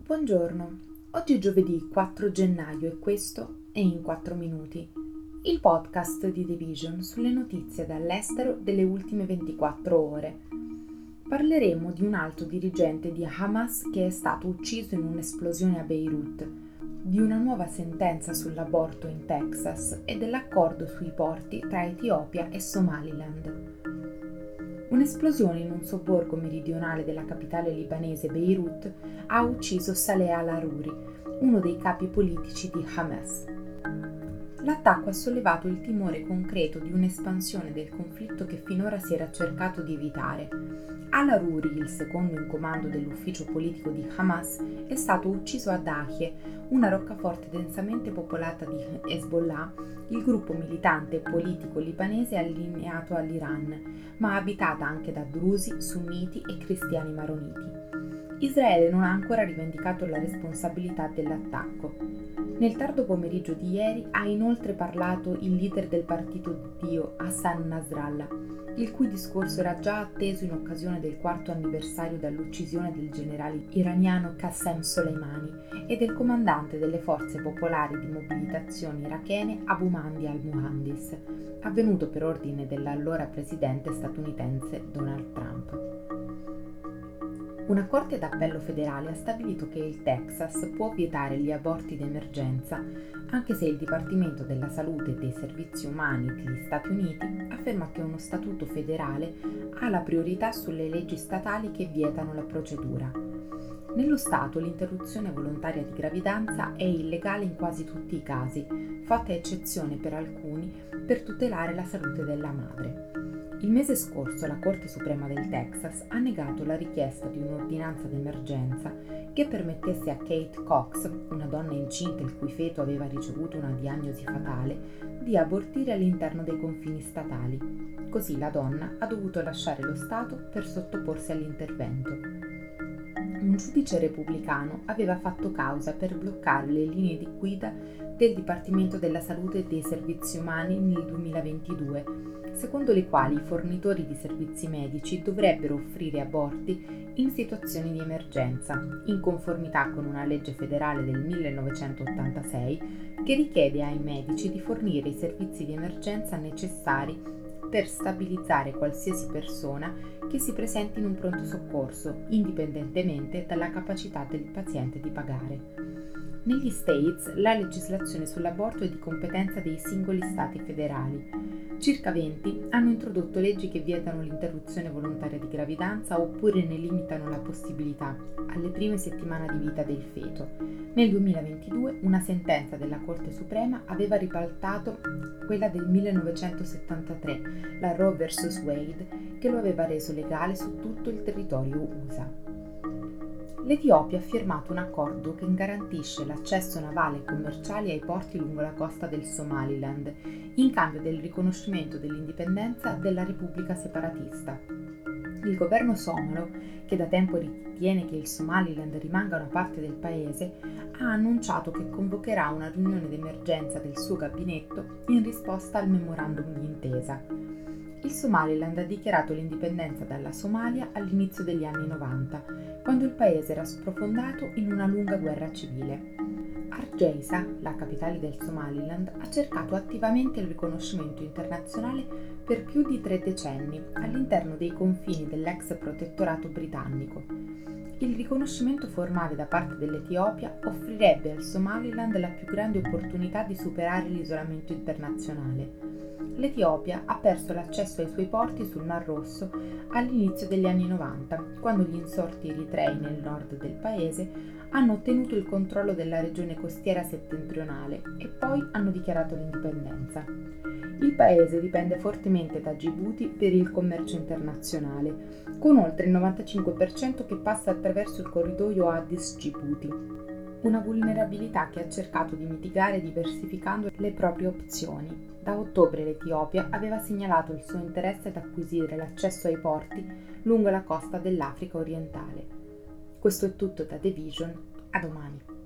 Buongiorno, oggi è giovedì 4 gennaio e questo è In 4 Minuti, il podcast di The Vision sulle notizie dall'estero delle ultime 24 ore. Parleremo di un alto dirigente di Hamas che è stato ucciso in un'esplosione a Beirut, di una nuova sentenza sull'aborto in Texas e dell'accordo sui porti tra Etiopia e Somaliland. Un'esplosione in un sobborgo meridionale della capitale libanese Beirut ha ucciso Saleh al-Aruri, uno dei capi politici di Hamas. L'attacco ha sollevato il timore concreto di un'espansione del conflitto che finora si era cercato di evitare. Al-Aruri, il secondo in comando dell'ufficio politico di Hamas, è stato ucciso a Dahie, una roccaforte densamente popolata di Hezbollah, il gruppo militante e politico libanese allineato all'Iran, ma abitata anche da drusi, sunniti e cristiani maroniti. Israele non ha ancora rivendicato la responsabilità dell'attacco. Nel tardo pomeriggio di ieri ha inoltre parlato il leader del partito di Dio, Hassan Nasrallah, il cui discorso era già atteso in occasione del 4º anniversario dall'uccisione del generale iraniano Qasem Soleimani e del comandante delle forze popolari di mobilitazione irachene Abu Mahdi al-Muhandis, avvenuto per ordine dell'allora presidente statunitense Donald Trump. Una corte d'appello federale ha stabilito che il Texas può vietare gli aborti d'emergenza, anche se il Dipartimento della Salute e dei Servizi Umani degli Stati Uniti afferma che uno statuto federale ha la priorità sulle leggi statali che vietano la procedura. Nello Stato l'interruzione volontaria di gravidanza è illegale in quasi tutti i casi, fatta eccezione per alcuni per tutelare la salute della madre. Il mese scorso la Corte Suprema del Texas ha negato la richiesta di un'ordinanza d'emergenza che permettesse a Kate Cox, una donna incinta il cui feto aveva ricevuto una diagnosi fatale, di abortire all'interno dei confini statali. Così la donna ha dovuto lasciare lo Stato per sottoporsi all'intervento. Un giudice repubblicano aveva fatto causa per bloccare le linee di guida del Dipartimento della Salute e dei Servizi Umani nel 2022, secondo le quali i fornitori di servizi medici dovrebbero offrire aborti in situazioni di emergenza, in conformità con una legge federale del 1986 che richiede ai medici di fornire i servizi di emergenza necessari per stabilizzare qualsiasi persona che si presenti in un pronto soccorso, indipendentemente dalla capacità del paziente di pagare. Negli States la legislazione sull'aborto è di competenza dei singoli stati federali. Circa 20 hanno introdotto leggi che vietano l'interruzione volontaria di gravidanza oppure ne limitano la possibilità alle prime settimane di vita del feto. Nel 2022 una sentenza della Corte Suprema aveva ribaltato quella del 1973, la Roe vs. Wade, che lo aveva reso legale su tutto il territorio USA. L'Etiopia ha firmato un accordo che garantisce l'accesso navale e commerciale ai porti lungo la costa del Somaliland, in cambio del riconoscimento dell'indipendenza della Repubblica separatista. Il governo somalo, che da tempo ritiene che il Somaliland rimanga una parte del paese, ha annunciato che convocherà una riunione d'emergenza del suo gabinetto in risposta al memorandum d'intesa. Il Somaliland ha dichiarato l'indipendenza dalla Somalia all'inizio degli anni 90, quando il paese era sprofondato in una lunga guerra civile. Hargeisa, la capitale del Somaliland, ha cercato attivamente il riconoscimento internazionale per più di 3 decenni all'interno dei confini dell'ex protettorato britannico. Il riconoscimento formale da parte dell'Etiopia offrirebbe al Somaliland la più grande opportunità di superare l'isolamento internazionale. L'Etiopia ha perso l'accesso ai suoi porti sul Mar Rosso all'inizio degli anni 90, quando gli insorti eritrei nel nord del paese hanno ottenuto il controllo della regione costiera settentrionale e poi hanno dichiarato l'indipendenza. Il paese dipende fortemente da Gibuti per il commercio internazionale, con oltre il 95% che passa attraverso il corridoio Addis-Gibuti. Una vulnerabilità che ha cercato di mitigare diversificando le proprie opzioni. Da ottobre l'Etiopia aveva segnalato il suo interesse ad acquisire l'accesso ai porti lungo la costa dell'Africa orientale. Questo è tutto da The Vision, a domani.